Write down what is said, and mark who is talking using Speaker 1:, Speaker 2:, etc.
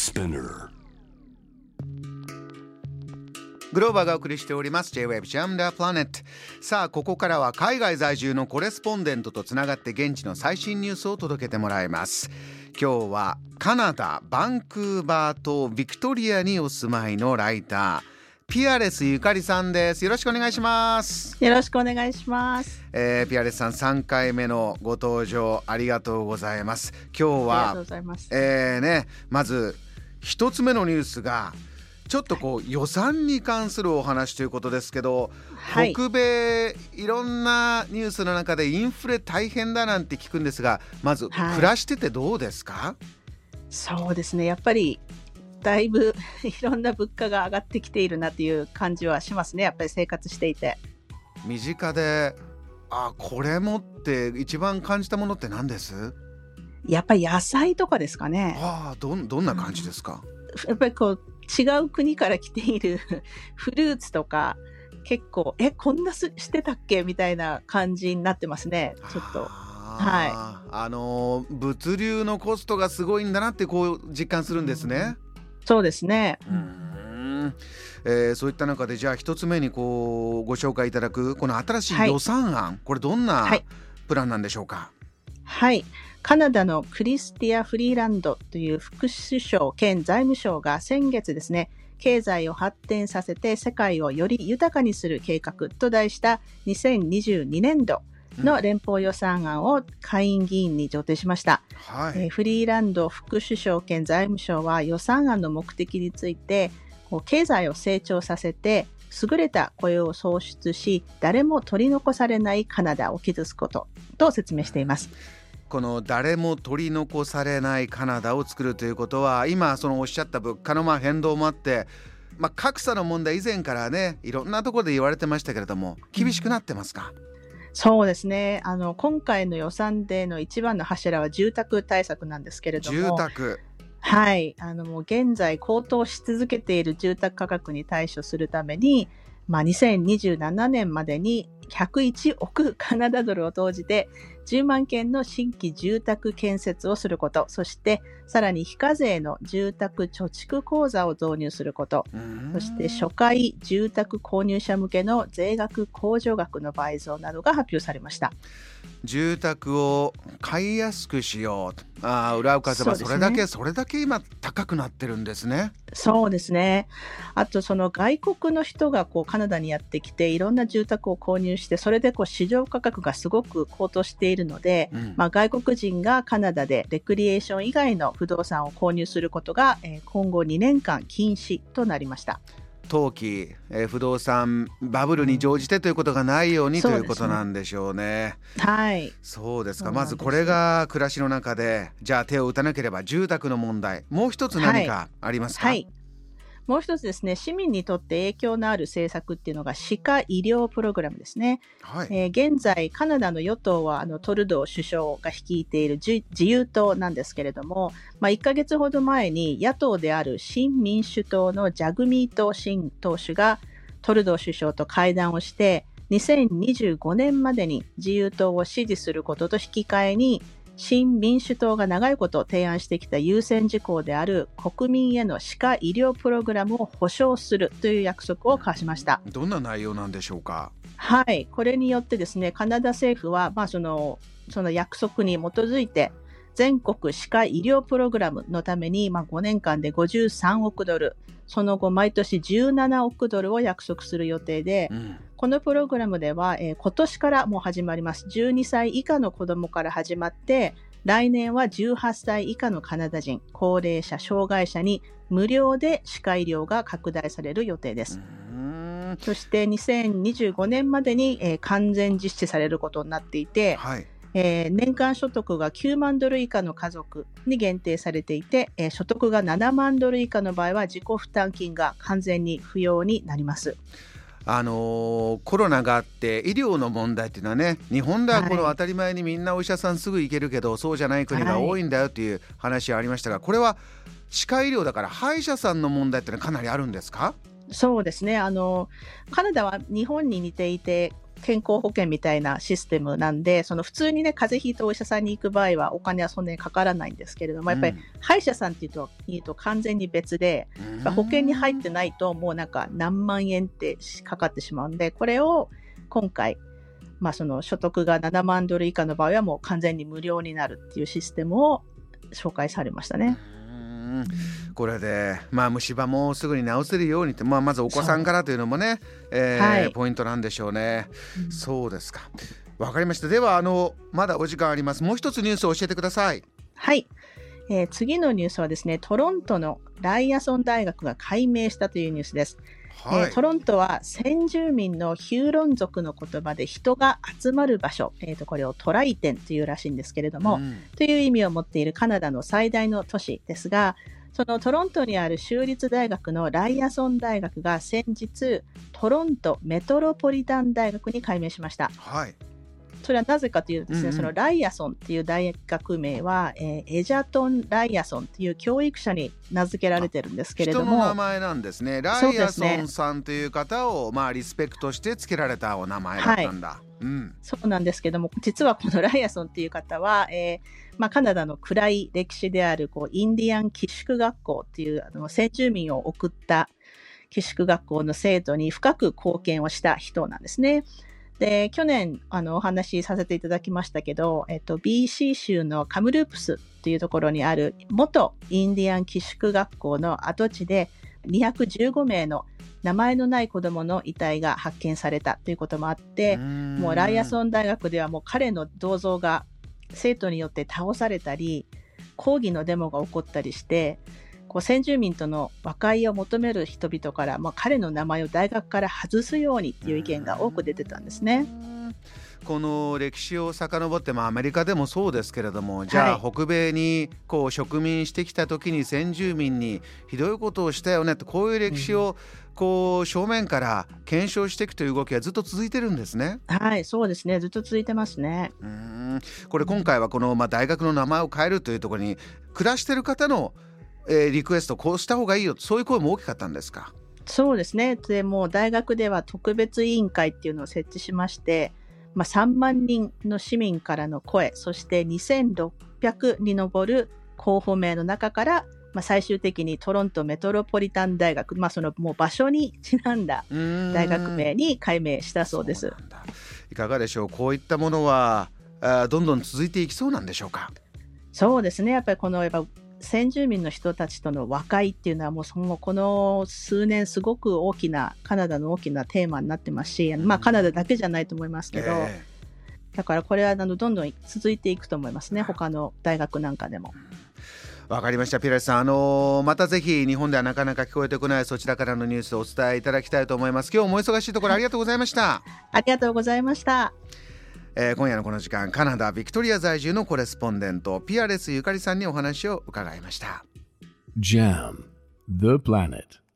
Speaker 1: Spinner。
Speaker 2: グローバーがお送りしております J-Wave Jam the Planet。 さあここからは海外在住のコレスポンデントとつながって現地の最新ニュースを届けてもらいます。今日はカナダバンクーバーとビクトリアにお住まいのライターピアレスゆかりさんです。よろしくお願いします。
Speaker 3: よろしくお願いします。
Speaker 2: ピアレスさん3回目のご登場ありがとうございます。今日は
Speaker 3: ありがとうございます。
Speaker 2: まず一つ目のニュースがちょっと予算に関するお話ということですけど、
Speaker 3: はい、
Speaker 2: 北米いろんなニュースの中でインフレ大変だなんて聞くんですが、まず暮らしててどうですか？
Speaker 3: そうですね、やっぱりだいぶいろんな物価が上がってきているなっていう感じはしますね。やっぱり生活していて
Speaker 2: 身近でこれもって一番感じたものって何です？
Speaker 3: やっぱり野菜とかですかね。
Speaker 2: どんな感じですか？
Speaker 3: やっぱり違う国から来ているフルーツとか結構こんなしてたっけみたいな感じになってますね。ちょっと
Speaker 2: 物流のコストがすごいんだなって実感するんですね。
Speaker 3: そうですね。
Speaker 2: そういった中でじゃあ一つ目にご紹介いただくこの新しい予算案、これどんなプランなんでしょうか？
Speaker 3: はい、カナダのクリスティア・フリーランドという副首相兼財務省が先月ですね、経済を発展させて世界をより豊かにする計画と題した2022年度の連邦予算案を下院議員に上呈しました。フリーランド副首相兼財務省は予算案の目的について経済を成長させて優れた雇用を創出し誰も取り残されないカナダを築くことと説明しています。
Speaker 2: この誰も取り残されないカナダを作るということは今おっしゃった物価の変動もあって、格差の問題以前からねいろんなところで言われてましたけれども厳しくなってますか？
Speaker 3: そうですね。今回の予算での一番の柱は住宅対策なんですけれども、
Speaker 2: 住宅、
Speaker 3: はい、もう現在高騰し続けている住宅価格に対処するために、2027年までに101億カナダドルを投じて10万件の新規住宅建設をすること、そしてさらに非課税の住宅貯蓄口座を導入すること、そして初回住宅購入者向けの税額控除額の倍増などが発表されました。
Speaker 2: 住宅を買いやすくしようと。裏を返せばそれだけ今高くなってるんですね。
Speaker 3: そうですね。あと外国の人がカナダにやってきていろんな住宅を購入してそれで市場価格がすごく高騰しているので、外国人がカナダでレクリエーション以外の不動産を購入することが今後2年間禁止となりました。
Speaker 2: 投機、不動産バブルに乗じてということがないようにということなんでしょうね。
Speaker 3: はい。
Speaker 2: そうですか。まずこれが暮らしの中でじゃあ手を打たなければ住宅の問題、もう一つ何かありますか？
Speaker 3: もう一つですね、市民にとって影響のある政策っていうのが歯科医療プログラムですね。現在カナダの与党はトルドー首相が率いている自由党なんですけれども、1ヶ月ほど前に野党である新民主党のジャグミート・シン党首がトルドー首相と会談をして2025年までに自由党を支持することと引き換えに新民主党が長いこと提案してきた優先事項である国民への歯科医療プログラムを保障するという約束を交わしました。
Speaker 2: どんな内容なんでしょうか？
Speaker 3: これによってですね、カナダ政府は、その約束に基づいて全国歯科医療プログラムのために、5年間で53億ドル、その後毎年17億ドルを約束する予定で、このプログラムでは、今年からもう始まります。12歳以下の子どもから始まって来年は18歳以下のカナダ人、高齢者、障害者に無料で歯科医療が拡大される予定です。そして2025年までに、完全実施されることになっていて、年間所得が9万ドル以下の家族に限定されていて、所得が7万ドル以下の場合は自己負担金が完全に不要になります。
Speaker 2: コロナがあって医療の問題っていうのはね、日本では当たり前にみんなお医者さんすぐ行けるけど、そうじゃない国が多いんだよっていう話がありましたが、これは歯科医療だから歯医者さんの問題ってのはかなりあるんですか？
Speaker 3: そうですね。カナダは日本に似ていて、健康保険みたいなシステムなんで、その普通にね、風邪ひいてお医者さんに行く場合はお金はそんなにかからないんですけれども、やっぱり歯医者さんっていうと完全に別で、やっぱ保険に入ってないともうなんか何万円ってかかってしまうんで、これを今回、その所得が7万ドル以下の場合はもう完全に無料になるっていうシステムを紹介されましたね。
Speaker 2: これで、虫歯もすぐに治せるようにって、まずお子さんからというのもね、ポイントなんでしょうね。そうですか、わかりました。ではまだお時間あります。もう一つニュースを教えてください。
Speaker 3: はい、次のニュースはですね、トロントのライアソン大学が改名したというニュースです。トロントは先住民のヒューロン族の言葉で人が集まる場所、これをトライテンというらしいんですけれども、という意味を持っているカナダの最大の都市ですが、そのトロントにある州立大学のライアソン大学が先日トロントメトロポリタン大学に改名しました。それはなぜかというとですね、そのライアソンっていう大学名は、エジャトン・ライアソンっていう教育者に名付けられてるんですけれども、
Speaker 2: 人の名前なんですね。ライアソンさんという方を、リスペクトして付けられたお名前だったんだ。
Speaker 3: そうなんですけども、実はこのライアソンっていう方は、カナダの暗い歴史であるインディアン寄宿学校っていう先住民を送った寄宿学校の制度に深く貢献をした人なんですね。で、去年お話しさせていただきましたけど、BC 州のカムループスっていうところにある元インディアン寄宿学校の跡地で215名の名前のない子どもの遺体が発見されたということもあって、もうライアソン大学ではもう彼の銅像が生徒によって倒されたり、抗議のデモが起こったりして、先住民との和解を求める人々から、彼の名前を大学から外すようにっていう意見が多く出てたんですね。
Speaker 2: この歴史を遡って、アメリカでもそうですけれども、じゃあ北米に植民してきた時に先住民にひどいことをしたよねと、こういう歴史を正面から検証していくという動きはずっと続いてるんですね。
Speaker 3: はい、そうですね、ずっと続いてますね。
Speaker 2: これ今回はこの、大学の名前を変えるというところに暮らしてる方のリクエスト、こうした方がいいよ、そういう声も大きかったんですか？
Speaker 3: そうですね。でも大学では特別委員会っていうのを設置しまして、3万人の市民からの声、そして2600に上る候補名の中から、最終的にトロントメトロポリタン大学、そのもう場所にちなんだ大学名に改名したそうです。
Speaker 2: いかがでしょう？こういったものはどんどん続いていきそうなんでしょうか？
Speaker 3: そうですね。やっぱり先住民の人たちとの和解っていうのはもうこの数年すごくカナダの大きなテーマになってますし、カナダだけじゃないと思いますけど、だからこれはどんどん続いていくと思いますね、他の大学なんかでも。
Speaker 2: わかりました。ピラスさん、またぜひ日本ではなかなか聞こえてこないそちらからのニュースをお伝えいただきたいと思います。今日もお忙しいところありがとうございました。
Speaker 3: ありがとうございました。
Speaker 2: 今夜のこの時間、カナダビクトリア在住のコレスポンデントピアレスゆかりさんにお話を伺いました。
Speaker 1: JAM The Planet